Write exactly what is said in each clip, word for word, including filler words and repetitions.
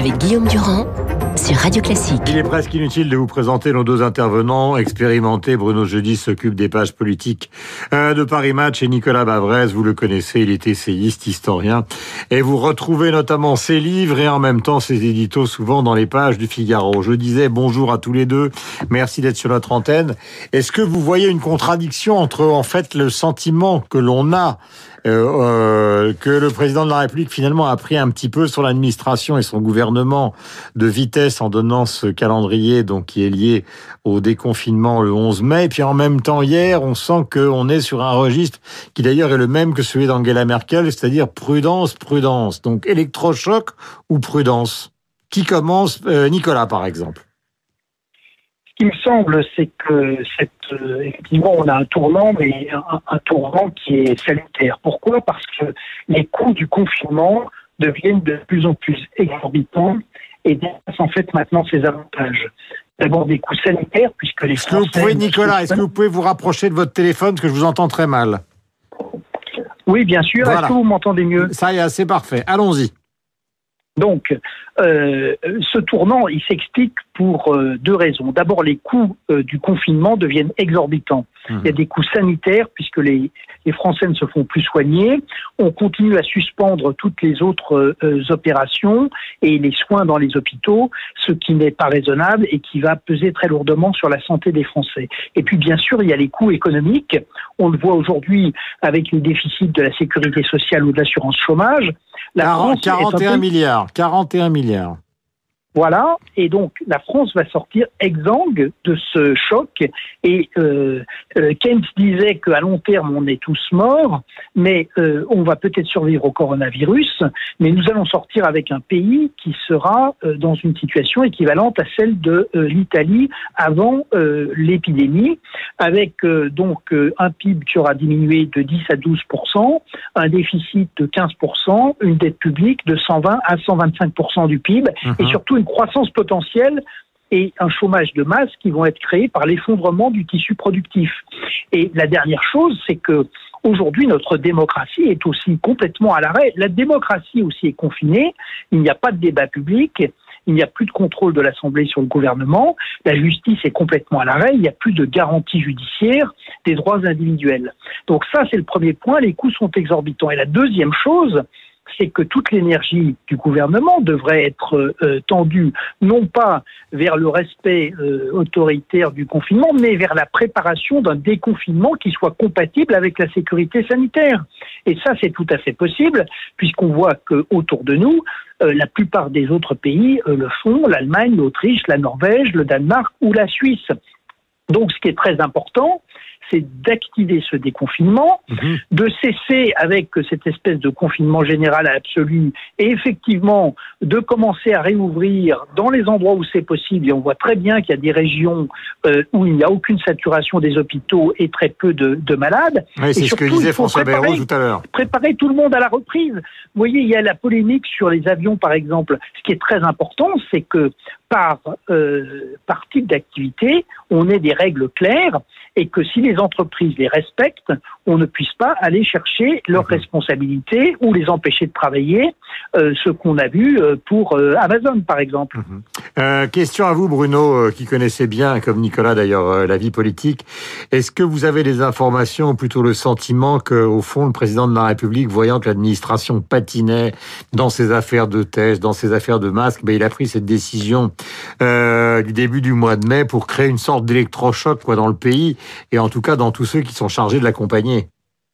avec Guillaume Durand sur Radio Classique. Il est presque inutile de vous présenter nos deux intervenants expérimentés. Bruno Jeudi s'occupe des pages politiques de Paris Match et Nicolas Bavrez, vous le connaissez, il est essayiste, historien. Et vous retrouvez notamment ses livres et en même temps ses éditos souvent dans les pages du Figaro. Je disais bonjour à tous les deux, merci d'être sur notre antenne. Est-ce que vous voyez une contradiction entre en fait le sentiment que l'on a Euh, euh, que le président de la République finalement a pris un petit peu sur l'administration et son gouvernement de vitesse en donnant ce calendrier donc qui est lié au déconfinement le onze mai, et puis en même temps hier on sent qu'on est sur un registre qui d'ailleurs est le même que celui d'Angela Merkel, c'est-à-dire prudence, prudence. Donc électrochoc ou prudence? Qui commence? euh, Nicolas par exemple. Ce qui me semble, c'est que cette, euh, effectivement, on a un tournant, mais un, un tournant qui est salutaire. Pourquoi ? Parce que les coûts du confinement deviennent de plus en plus exorbitants et dépassent en fait maintenant ses avantages. D'abord des coûts sanitaires, puisque les Est-ce que vous pouvez, Nicolas, est-ce que vous pouvez vous rapprocher de votre téléphone, parce que je vous entends très mal? Oui, bien sûr. Voilà. Est-ce que vous m'entendez mieux? Ça y est, c'est parfait. Allons-y. Donc, euh, ce tournant, il s'explique pour euh, deux raisons. D'abord, les coûts euh, du confinement deviennent exorbitants. Mmh. Il y a des coûts sanitaires, puisque les, les Français ne se font plus soigner. On continue à suspendre toutes les autres euh, opérations et les soins dans les hôpitaux, ce qui n'est pas raisonnable et qui va peser très lourdement sur la santé des Français. Et puis, bien sûr, il y a les coûts économiques. On le voit aujourd'hui avec les déficits de la sécurité sociale ou de l'assurance chômage. La France quarante et un milliards. quarante et un milliards. Voilà, et donc la France va sortir exsangue de ce choc. Et euh, euh, Keynes disait qu'à long terme, on est tous morts, mais euh, on va peut-être survivre au coronavirus, mais nous allons sortir avec un pays qui sera euh, dans une situation équivalente à celle de euh, l'Italie avant euh, l'épidémie, avec euh, donc euh, un P I B qui aura diminué de dix à douze pour cent, un déficit de quinze pour cent, une dette publique de cent vingt à cent vingt-cinq pour cent du P I B, mmh. et surtout une croissance potentielle et un chômage de masse qui vont être créés par l'effondrement du tissu productif. Et la dernière chose, c'est que aujourd'hui, notre démocratie est aussi complètement à l'arrêt. La démocratie aussi est confinée. Il n'y a pas de débat public. Il n'y a plus de contrôle de l'Assemblée sur le gouvernement. La justice est complètement à l'arrêt. Il n'y a plus de garantie judiciaire des droits individuels. Donc ça, c'est le premier point. Les coûts sont exorbitants. Et la deuxième chose, c'est que toute l'énergie du gouvernement devrait être euh, tendue non pas vers le respect euh, autoritaire du confinement, mais vers la préparation d'un déconfinement qui soit compatible avec la sécurité sanitaire. Et ça, c'est tout à fait possible, puisqu'on voit qu'autour de nous, euh, la plupart des autres pays euh, le font, l'Allemagne, l'Autriche, la Norvège, le Danemark ou la Suisse. Donc, ce qui est très important, c'est d'activer ce déconfinement, mmh. de cesser avec cette espèce de confinement général absolu et effectivement de commencer à réouvrir dans les endroits où c'est possible. Et on voit très bien qu'il y a des régions euh, où il n'y a aucune saturation des hôpitaux et très peu de, de malades. Oui, c'est et surtout, ce que disait François Bayrou tout à l'heure. Préparer tout le monde à la reprise. Vous voyez, il y a la polémique sur les avions, par exemple. Ce qui est très important, c'est que par, euh, par type d'activité, on ait des règles claires et que si les entreprises les respectent, on ne puisse pas aller chercher leurs mmh. responsabilités ou les empêcher de travailler, euh, ce qu'on a vu pour euh, Amazon, par exemple. Mmh. Euh, question à vous, Bruno, euh, qui connaissez bien, comme Nicolas d'ailleurs, euh, la vie politique. Est-ce que vous avez des informations, ou plutôt le sentiment qu'au fond, le président de la République, voyant que l'administration patinait dans ses affaires de tests, dans ses affaires de masques, ben, il a pris cette décision euh, du début du mois de mai pour créer une sorte d'électrochoc quoi, dans le pays, et en tout cas dans tous ceux qui sont chargés de l'accompagner?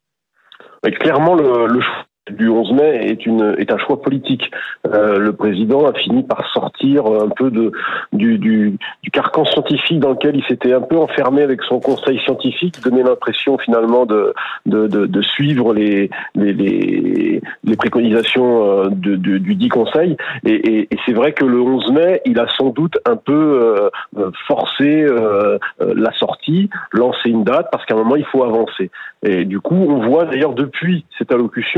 Et clairement, le, le choix du onze mai est une est un choix politique. Euh, le président a fini par sortir un peu de du, du du carcan scientifique dans lequel il s'était un peu enfermé avec son conseil scientifique, donner l'impression finalement de de de, de suivre les les les, les préconisations de, de du dit conseil. Et, et, et c'est vrai que le onze mai, il a sans doute un peu euh, forcé euh, la sortie, lancé une date parce qu'à un moment il faut avancer. Et du coup, on voit d'ailleurs depuis cette allocution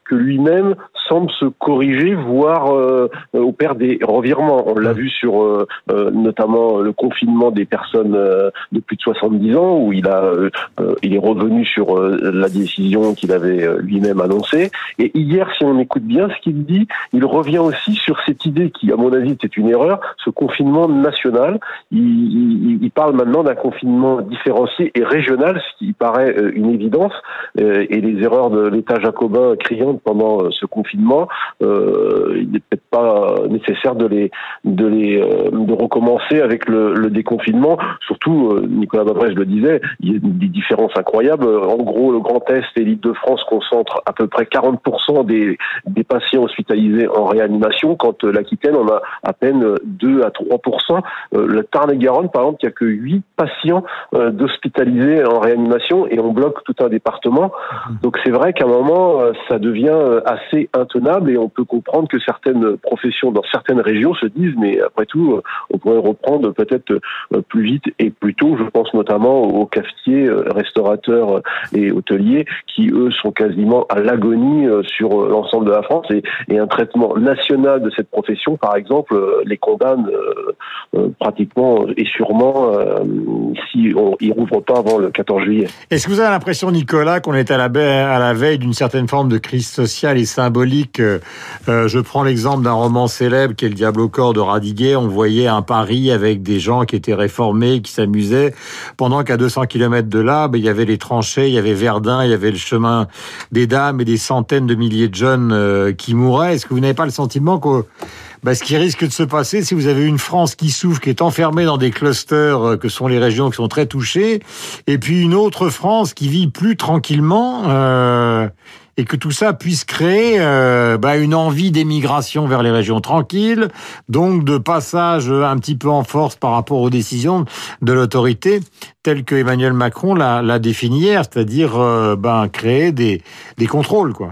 que lui-même semble se corriger, voire euh, opère des revirements. On l'a vu sur euh, euh, notamment le confinement des personnes euh, de plus de soixante-dix ans, où il a, euh, il est revenu sur euh, la décision qu'il avait euh, lui-même annoncée. Et hier, si on écoute bien ce qu'il dit, il revient aussi sur cette idée qui, à mon avis, était une erreur, ce confinement national. Il, il, il parle maintenant d'un confinement différencié et régional, ce qui paraît euh, une évidence. Euh, et les erreurs de l'État jacobin criantes pendant euh, ce confinement, euh, il n'est peut-être pas nécessaire de les de les euh, de recommencer avec le, le déconfinement. Surtout, euh, Nicolas Bavrez le disait, il y a des différences incroyables. En gros, le Grand Est et l'Île-de-France concentrent à peu près quarante pour cent des des patients hospitalisés en réanimation, quand euh, l'Aquitaine en a à peine deux à trois pour cent. Euh, le Tarn-et-Garonne, par exemple, il n'y a que huit patients euh, d'hospitalisés en réanimation et on bloque tout un département. Donc c'est vrai qu'à un moment, euh, ça devient assez intenable et on peut comprendre que certaines professions dans certaines régions se disent mais après tout, on pourrait reprendre peut-être plus vite et plus tôt. Je pense notamment aux cafetiers, restaurateurs et hôteliers qui, eux, sont quasiment à l'agonie sur l'ensemble de la France et, et un traitement national de cette profession, par exemple, les condamne euh, pratiquement et sûrement euh, si on y rouvre pas avant le quatorze juillet. Est-ce que vous avez l'impression, Nicolas, qu'on est à la, à la veille d'une certaine forme de crise sociale et symbolique? euh, Je prends l'exemple d'un roman célèbre qui est Le Diable au corps de Radiguet. On voyait un Paris avec des gens qui étaient réformés, qui s'amusaient, pendant qu'à deux cents kilomètres de là, ben, il y avait les tranchées, il y avait Verdun, il y avait le chemin des dames et des centaines de milliers de jeunes euh, qui mouraient. Est-ce que vous n'avez pas le sentiment que bah, ce qui risque de se passer, si vous avez une France qui souffre, qui est enfermée dans des clusters euh, que sont les régions qui sont très touchées, et puis une autre France qui vit plus tranquillement, euh, et que tout ça puisse créer euh, bah, une envie d'émigration vers les régions tranquilles, donc de passage un petit peu en force par rapport aux décisions de l'autorité, telles que Emmanuel Macron l'a, l'a défini hier, c'est-à-dire euh, bah, créer des, des contrôles, quoi.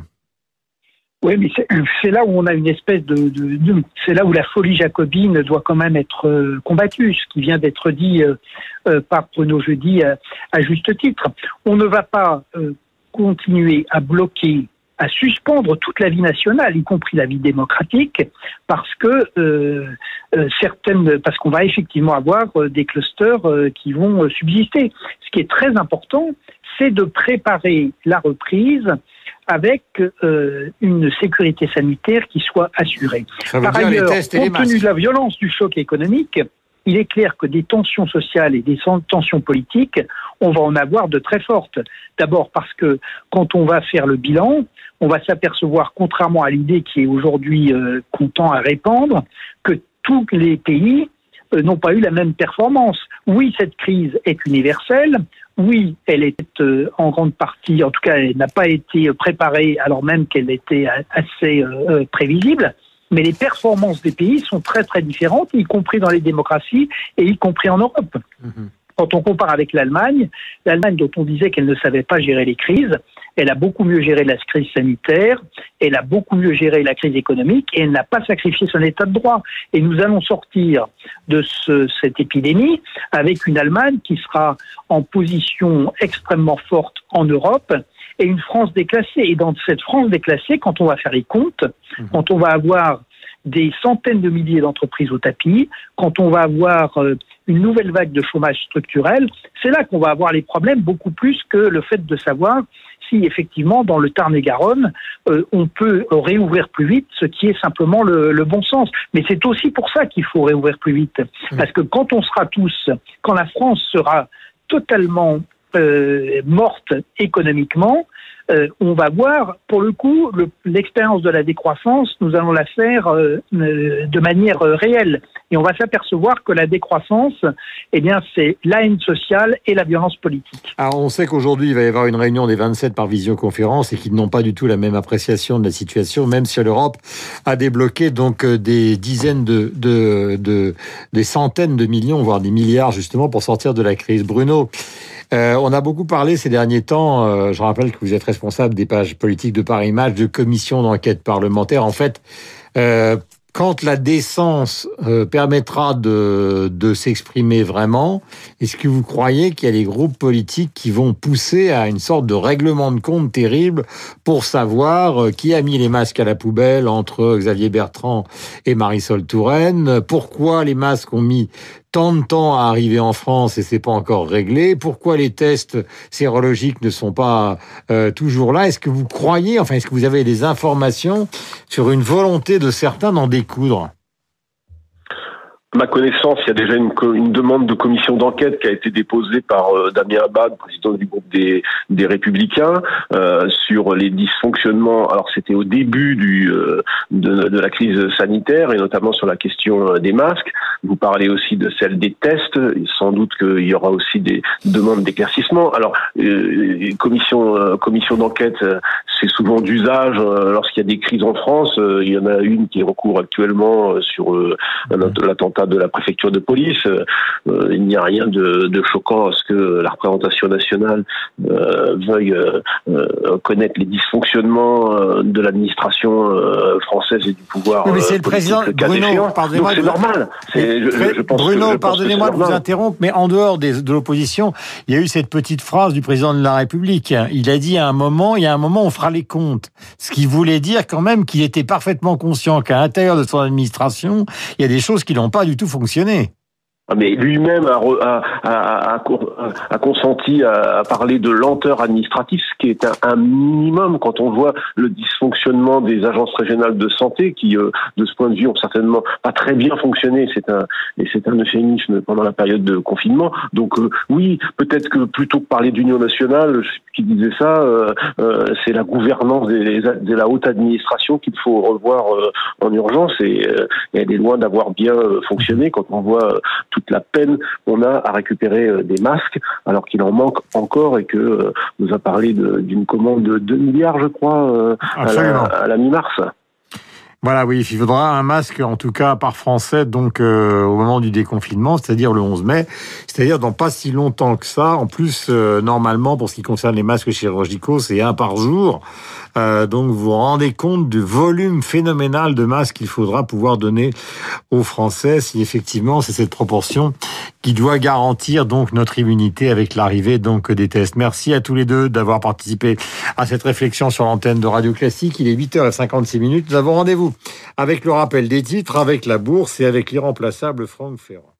Oui, mais c'est, c'est là où on a une espèce de, de, de... C'est là où la folie jacobine doit quand même être euh, combattue, ce qui vient d'être dit euh, euh, par Bruno Jeudi à, à juste titre. On ne va pas euh, continuer à bloquer, à suspendre toute la vie nationale, y compris la vie démocratique, parce que euh, euh, certaines, parce qu'on va effectivement avoir euh, des clusters euh, qui vont euh, subsister. Ce qui est très important, c'est de préparer la reprise avec euh, une sécurité sanitaire qui soit assurée. Par ailleurs, compte tenu de la violence du choc économique, il est clair que des tensions sociales et des tensions politiques, on va en avoir de très fortes. D'abord parce que quand on va faire le bilan, on va s'apercevoir, contrairement à l'idée qui est aujourd'hui euh, qu'on tend à répandre, que tous les pays euh, n'ont pas eu la même performance. Oui, cette crise est universelle. Oui, elle est euh, en grande partie, en tout cas, elle n'a pas été préparée alors même qu'elle était assez euh, prévisible. Mais les performances des pays sont très très différentes, y compris dans les démocraties et y compris en Europe. Mmh. Quand on compare avec l'Allemagne, l'Allemagne dont on disait qu'elle ne savait pas gérer les crises, elle a beaucoup mieux géré la crise sanitaire, elle a beaucoup mieux géré la crise économique et elle n'a pas sacrifié son état de droit. Et nous allons sortir de ce, cette épidémie avec une Allemagne qui sera en position extrêmement forte en Europe et une France déclassée. Et dans cette France déclassée, quand on va faire les comptes, mmh. quand on va avoir des centaines de milliers d'entreprises au tapis, quand on va avoir euh, une nouvelle vague de chômage structurel, c'est là qu'on va avoir les problèmes beaucoup plus que le fait de savoir si effectivement dans le Tarn-et-Garonne, euh, on peut réouvrir plus vite, ce qui est simplement le, le bon sens. Mais c'est aussi pour ça qu'il faut réouvrir plus vite. Mmh. Parce que quand on sera tous, quand la France sera totalement euh, morte économiquement, Euh, on va voir, pour le coup, le, l'expérience de la décroissance, nous allons la faire euh, euh, de manière euh, réelle. Et on va s'apercevoir que la décroissance, eh bien, c'est la haine sociale et la violence politique. Alors, on sait qu'aujourd'hui, il va y avoir une réunion des vingt-sept par visioconférence et qu'ils n'ont pas du tout la même appréciation de la situation, même si l'Europe a débloqué donc des dizaines de, de, de, des centaines de millions, voire des milliards, justement, pour sortir de la crise. Bruno, Euh, on a beaucoup parlé ces derniers temps, euh, je rappelle que vous êtes responsable des pages politiques de Paris Match, de commissions d'enquête parlementaire. En fait, euh, quand la décence euh, permettra de, de s'exprimer vraiment, est-ce que vous croyez qu'il y a des groupes politiques qui vont pousser à une sorte de règlement de compte terrible pour savoir euh, qui a mis les masques à la poubelle entre Xavier Bertrand et Marisol Touraine? Pourquoi les masques ont mis tant de temps à arriver en France et c'est pas encore réglé? Pourquoi les tests sérologiques ne sont pas euh, toujours là? Est-ce que vous croyez, enfin, est-ce que vous avez des informations sur une volonté de certains d'en découdre? Ma connaissance, il y a déjà une, une demande de commission d'enquête qui a été déposée par euh, Damien Abad, président du groupe des, des Républicains, euh, sur les dysfonctionnements. Alors c'était au début du, euh, de, de la crise sanitaire et notamment sur la question des masques. Vous parlez aussi de celle des tests. Sans doute qu'il y aura aussi des demandes d'éclaircissement. Alors euh, commission, euh, commission d'enquête, euh, c'est souvent d'usage euh, lorsqu'il y a des crises en France. Euh, il y en a une qui recourt actuellement euh, sur euh, l'attentat de la préfecture de police. Euh, il n'y a rien de, de choquant à ce que la représentation nationale euh, veuille euh, euh, connaître les dysfonctionnements euh, de l'administration euh, française et du pouvoir. Oui, mais c'est euh, le président le Bruno, pardonnez-moi. C'est normal. C'est, je, je pense Bruno, que, je pardonnez-moi de vous interrompre, mais en dehors des, de l'opposition, il y a eu cette petite phrase du président de la République. Il a dit à un moment, il y a un moment, on fera les comptes. Ce qui voulait dire quand même qu'il était parfaitement conscient qu'à l'intérieur de son administration, il y a des choses qui n'ont pas du tout fonctionné. Mais lui-même a, a, a, a, a consenti à parler de lenteur administrative, ce qui est un, un minimum quand on voit le dysfonctionnement des agences régionales de santé qui, euh, de ce point de vue, ont certainement pas très bien fonctionné. C'est un, et c'est un euphémisme pendant la période de confinement. Donc euh, oui, peut-être que plutôt que parler d'union nationale, je sais plus qui disait ça, euh, euh, c'est la gouvernance des, de la haute administration qu'il faut revoir euh, en urgence. Et, euh, et elle est loin d'avoir bien fonctionné quand on voit euh, toute la peine qu'on a à récupérer euh, des masques, alors qu'il en manque encore et que euh, nous a parlé de, d'une commande de deux milliards, je crois, euh, à, la, à la mi-mars. Voilà, oui, il faudra un masque, en tout cas par Français, donc euh, au moment du déconfinement, c'est-à-dire le onze mai, c'est-à-dire dans pas si longtemps que ça. En plus, euh, normalement, pour ce qui concerne les masques chirurgicaux, c'est un par jour. Euh, donc vous vous rendez compte du volume phénoménal de masques qu'il faudra pouvoir donner aux Français si effectivement c'est cette proportion qui doit garantir donc notre immunité avec l'arrivée donc des tests. Merci à tous les deux d'avoir participé à cette réflexion sur l'antenne de Radio Classique. Il est huit heures cinquante-six minutes. Nous avons rendez-vous avec le rappel des titres, avec la bourse et avec l'irremplaçable Franck Ferrand.